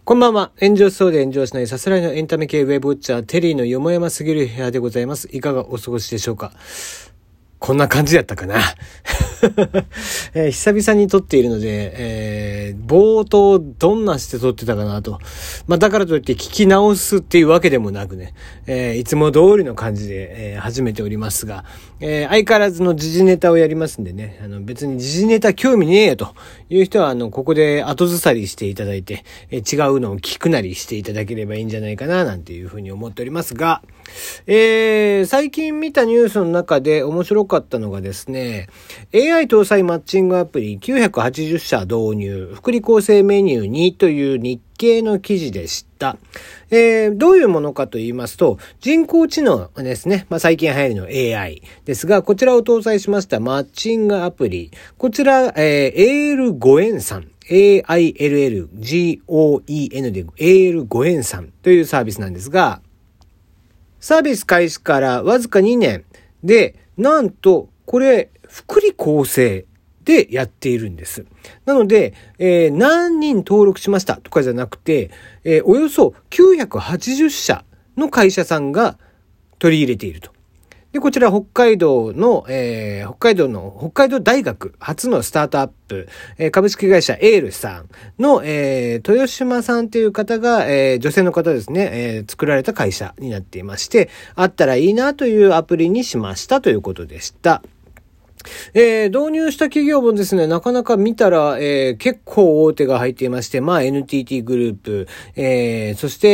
こんばんは。炎上しそうで炎上しないさすらいのエンタメ系ウェブウォッチャーテリーのよもやますぎる部屋でございます。いかがお過ごしでしょうか。こんな感じだったかな、久々に撮っているので、冒頭どんなして撮ってたかなと。だからといって聞き直すっていうわけでもなくね、いつも通りの感じで、始めておりますが、相変わらずの時事ネタをやりますんでね、別に時事ネタ興味ねえよという人は、ここで後ずさりしていただいて、違うのを聞くなりしていただければいいんじゃないかななんていうふうに思っておりますが、最近見たニュースの中で面白かったのがですね、AI 搭載マッチングアプリ980社導入、福利厚生メニューにという日経の記事でした。どういうものかと言いますと、人工知能ですね。最近流行りの AI ですが、こちらを搭載しましたマッチングアプリ。こちら、AL5円さん。AILLGOEN で AL5円さんというサービスなんですが、サービス開始からわずか2年で、なんと、これ、福利厚生でやっているんです。なので、何人登録しましたとかじゃなくて、およそ980社の会社さんが取り入れていると。で、こちら北海道北海道大学初のスタートアップ、株式会社エールさんの、豊島さんという方が、女性の方ですね、作られた会社になっていまして、あったらいいなというアプリにしましたということでした。導入した企業もですね、なかなか見たら、結構大手が入っていまして、NTT グループ、そして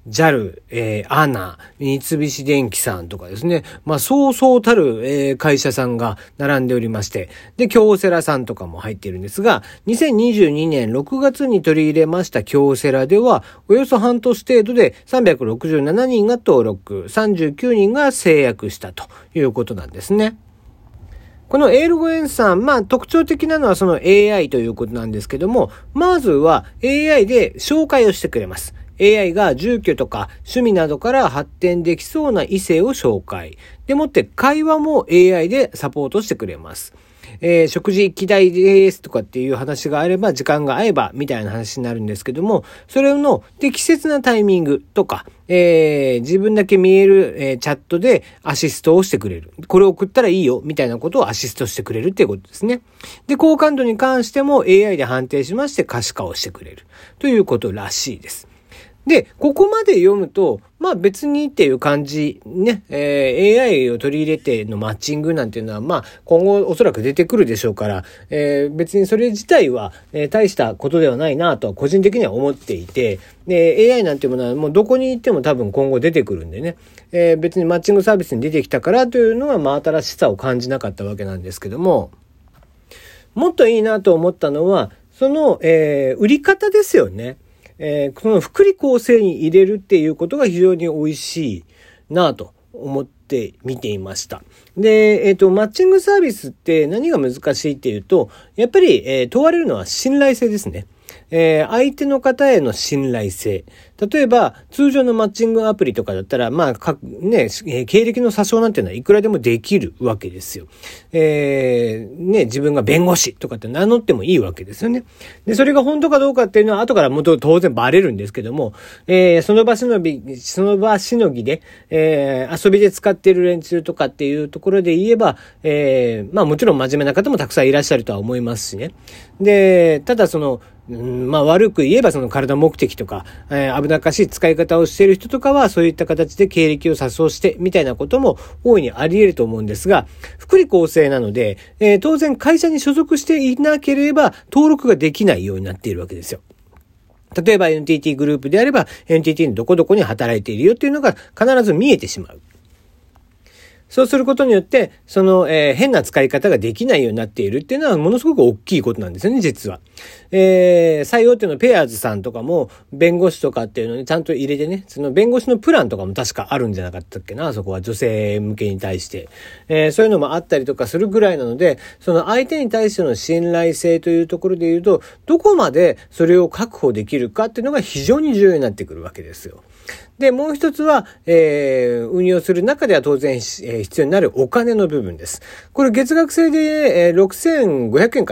、JAL、ANA、三菱電機さんとかですね。そうそうたる、会社さんが並んでおりまして。で、京セラさんとかも入っているんですが、2022年6月に取り入れました京セラでは、およそ半年程度で367人が登録、39人が制約したということなんですね。このAL5円さん、特徴的なのはその AI ということなんですけども、まずは AI で紹介をしてくれます。AI が住居とか趣味などから発展できそうな異性を紹介。でもって会話も AI でサポートしてくれます。食事行きたいですとかっていう話があれば、時間が合えばみたいな話になるんですけども、それの適切なタイミングとか、自分だけ見える、チャットでアシストをしてくれる。これを送ったらいいよみたいなことをアシストしてくれるっていうことですね。で、好感度に関しても AI で判定しまして可視化をしてくれるということらしいです。で、ここまで読むと、別にっていう感じね、AI を取り入れてのマッチングなんていうのは今後おそらく出てくるでしょうから、別にそれ自体は、大したことではないなとは個人的には思っていて、で AI なんていうものはもうどこに行っても多分今後出てくるんでね、別にマッチングサービスに出てきたからというのは新しさを感じなかったわけなんですけども、もっといいなと思ったのはその、売り方ですよね。この福利厚生に入れるっていうことが非常に美味しいなと思って見ていました。で、マッチングサービスって何が難しいっていうと、やっぱり、問われるのは信頼性ですね。相手の方への信頼性。例えば、通常のマッチングアプリとかだったら、経歴の詐称なんていうのはいくらでもできるわけですよ。自分が弁護士とかって名乗ってもいいわけですよね。で、それが本当かどうかっていうのは後からも当然バレるんですけども、その場しのぎで、遊びで使っている連中とかっていうところで言えば、もちろん真面目な方もたくさんいらっしゃるとは思いますしね。で、ただ悪く言えばその体目的とか、危なっかしい使い方をしている人とかはそういった形で経歴を詐称してみたいなことも大いにあり得ると思うんですが、福利厚生なので、当然会社に所属していなければ登録ができないようになっているわけですよ。例えば NTT グループであれば NTT のどこどこに働いているよっていうのが必ず見えてしまう。そうすることによって、変な使い方ができないようになっているっていうのはものすごく大きいことなんですよね、実は。最大手のペアーズさんとかも、弁護士とかっていうのにちゃんと入れてね、その弁護士のプランとかも確かあるんじゃなかったっけな、そこは女性向けに対して。そういうのもあったりとかするぐらいなので、その相手に対しての信頼性というところで言うと、どこまでそれを確保できるかっていうのが非常に重要になってくるわけですよ。で、もう一つは、運用する中では当然、必要になるお金の部分です。これ月額制で、6500円かな。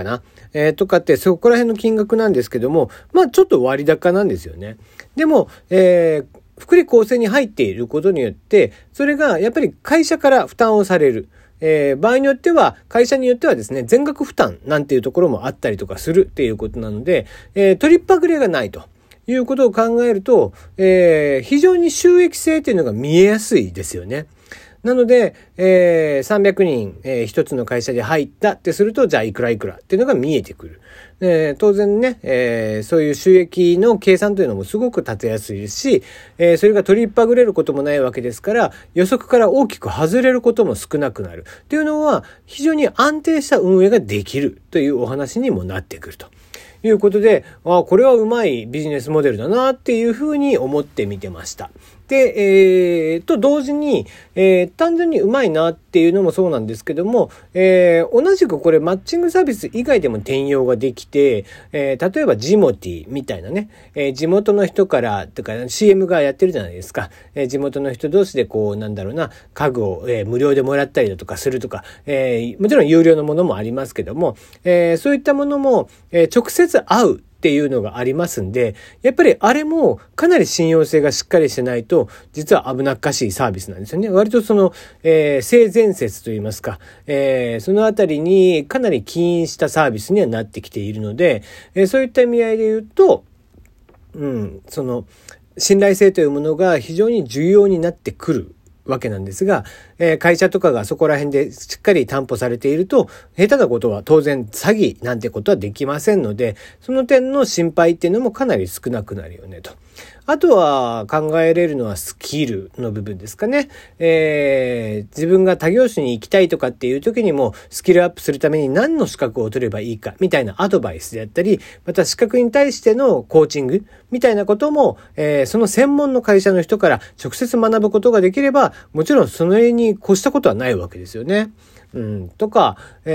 とかってそこら辺の金額なんですけども、まあちょっと割高なんですよね。でも、福利厚生に入っていることによって、それがやっぱり会社から負担をされる。場合によっては、会社によってはですね、全額負担なんていうところもあったりとかするっていうことなので、取りっぱぐれがないということを考えると、非常に収益性っていうのが見えやすいですよね。なので、300人、一つの会社で入ったってすると、じゃあいくらいくらっていうのが見えてくる。当然ね、そういう収益の計算というのもすごく立てやすいですし、それが取りっぱぐれることもないわけですから、予測から大きく外れることも少なくなるっていうのは、非常に安定した運営ができるというお話にもなってくるということで、これはうまいビジネスモデルだなっていうふうに思って見てました。で、と同時に、単純にうまいなっていうのもそうなんですけども、同じくこれマッチングサービス以外でも転用ができて、例えばジモティみたいなね、地元の人からとか CM がやってるじゃないですか。地元の人同士でこうなんだろうな、家具を、無料でもらったりだとかするとか、もちろん有料のものもありますけども、そういったものも、直接会うっていうのがありますんで、やっぱりあれもかなり信用性がしっかりしてないと、実は危なっかしいサービスなんですよね。割とその、性善説といいますか、そのあたりにかなり起因したサービスにはなってきているので、そういった意味合いで言うと、その信頼性というものが非常に重要になってくるわけなんですが、会社とかがそこら辺でしっかり担保されていると、下手なことは当然詐欺なんてことはできませんので、その点の心配っていうのもかなり少なくなるよねと。あとは考えれるのはスキルの部分ですかね。自分が他業種に行きたいとかっていう時にもスキルアップするために何の資格を取ればいいかみたいなアドバイスであったり、また資格に対してのコーチングみたいなことも、その専門の会社の人から直接学ぶことができれば、もちろんその絵に越したことはないわけですよね。とか、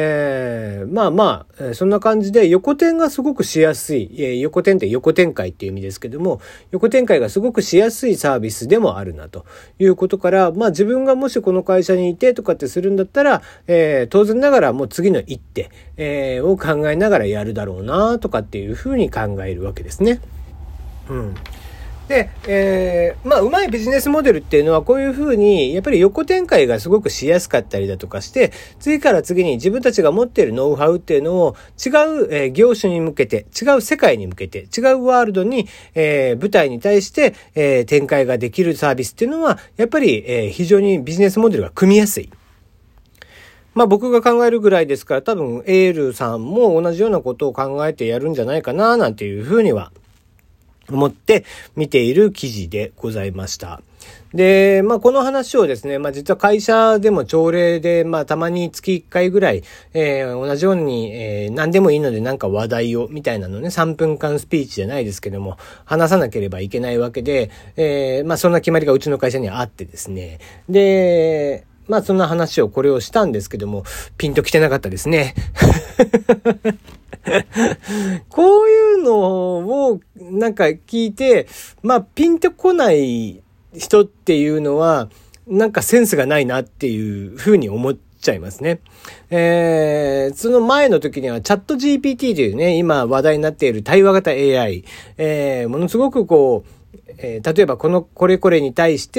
そんな感じで横転がすごくしやすい、横転って横展開っていう意味ですけども、横展開がすごくしやすいサービスでもあるなということから、自分がもしこの会社にいてとかってするんだったら、当然ながらもう次の一手、を考えながらやるだろうなとかっていうふうに考えるわけですね。で、うまいビジネスモデルっていうのはこういうふうにやっぱり横展開がすごくしやすかったりだとかして、次から次に自分たちが持っているノウハウっていうのを違う、業種に向けて、違う世界に向けて、違うワールドに、舞台に対して、展開ができるサービスっていうのはやっぱり、非常にビジネスモデルが組みやすい。僕が考えるぐらいですから、多分エールさんも同じようなことを考えてやるんじゃないかななんていうふうには思って見ている記事でございました。で、この話をですね、実は会社でも朝礼で、たまに月1回ぐらい、同じように、何でもいいのでなんか話題を、みたいなのね、3分間スピーチじゃないですけども、話さなければいけないわけで、そんな決まりがうちの会社にはあってですね。で、そんな話をこれをしたんですけども、ピンと来てなかったですね。こういうのをなんか聞いて、ピンとこない人っていうのは、なんかセンスがないなっていうふうに思っちゃいますね。その前の時にはチャット GPT というね、今話題になっている対話型 AI、ものすごくこう、例えばこれに対して、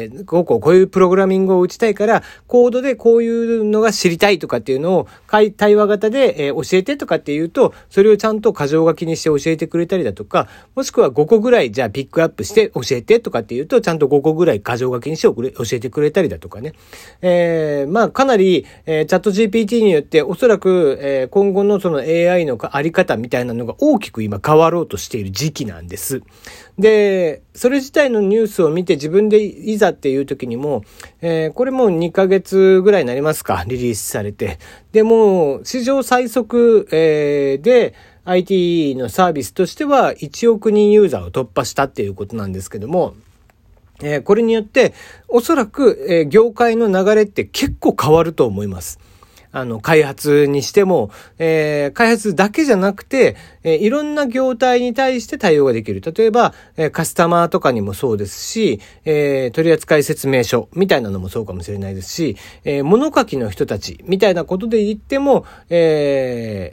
こういうプログラミングを打ちたいから、コードでこういうのが知りたいとかっていうのを、対話型で、教えてとかっていうと、それをちゃんと箇条書きにして教えてくれたりだとか、もしくは5個ぐらいじゃあピックアップして教えてとかっていうと、ちゃんと5個ぐらい箇条書きにして教えてくれたりだとかね。かなり、チャット GPT によっておそらく、今後のその AI のあり方みたいなのが大きく今変わろうとしている時期なんです。で、それ自体のニュースを見て自分でいざっていう時にも、これもう2ヶ月ぐらいになりますか、リリースされて。で、もう史上最速、で IT のサービスとしては1億人ユーザーを突破したっていうことなんですけども、これによっておそらく、業界の流れって結構変わると思います。開発にしても、開発だけじゃなくて、いろんな業態に対して対応ができる。例えば、カスタマーとかにもそうですし、取扱説明書みたいなのもそうかもしれないですし、物書きの人たちみたいなことで言っても、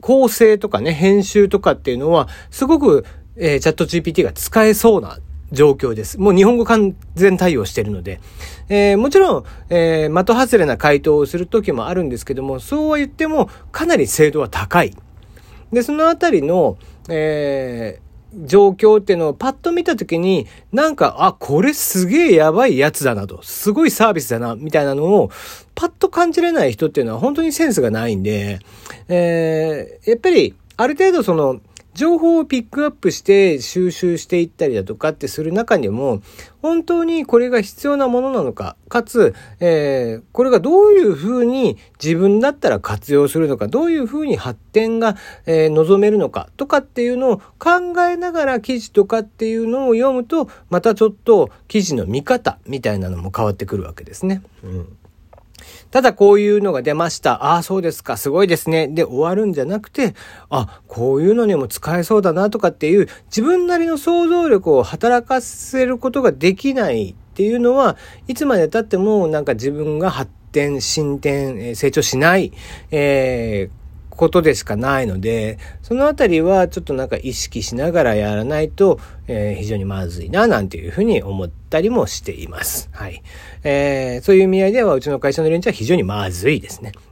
構成とかね、編集とかっていうのは、すごく、チャット GPT が使えそうな状況です。もう日本語完全対応しているので。もちろん、的外れな回答をする時もあるんですけども、そうは言ってもかなり精度は高い。で、そのあたりの、状況っていうのをパッと見たときに、なんか、これすげえやばいやつだなと、すごいサービスだな、みたいなのを、パッと感じれない人っていうのは本当にセンスがないんで、やっぱり、ある程度情報をピックアップして収集していったりだとかってする中にも、本当にこれが必要なものなのか、かつ、これがどういうふうに自分だったら活用するのか、どういうふうに発展が、望めるのかとかっていうのを考えながら記事とかっていうのを読むと、またちょっと記事の見方みたいなのも変わってくるわけですね。ただこういうのが出ました。そうですか。すごいですね。で終わるんじゃなくて、こういうのにも使えそうだなとかっていう自分なりの想像力を働かせることができないっていうのは、いつまで経ってもなんか自分が発展、進展、成長しない、ことでしかないので、そのあたりはちょっとなんか意識しながらやらないと、非常にまずいななんていうふうに思ったりもしています。はい。そういう意味合いではうちの会社の連中は非常にまずいですね。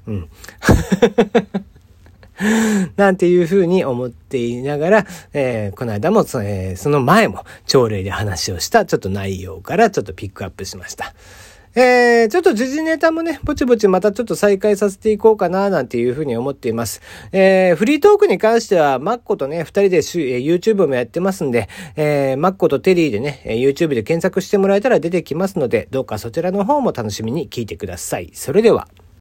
なんていうふうに思っていながら、この間もその前も朝礼で話をしたちょっと内容からちょっとピックアップしました。ちょっと時事ネタもね、ぼちぼちまたちょっと再開させていこうかななんていうふうに思っています。フリートークに関してはマッコとね、二人でYouTube もやってますんで、マッコとテリーでね、YouTube で検索してもらえたら出てきますので、どうかそちらの方も楽しみに聞いてください。それでは。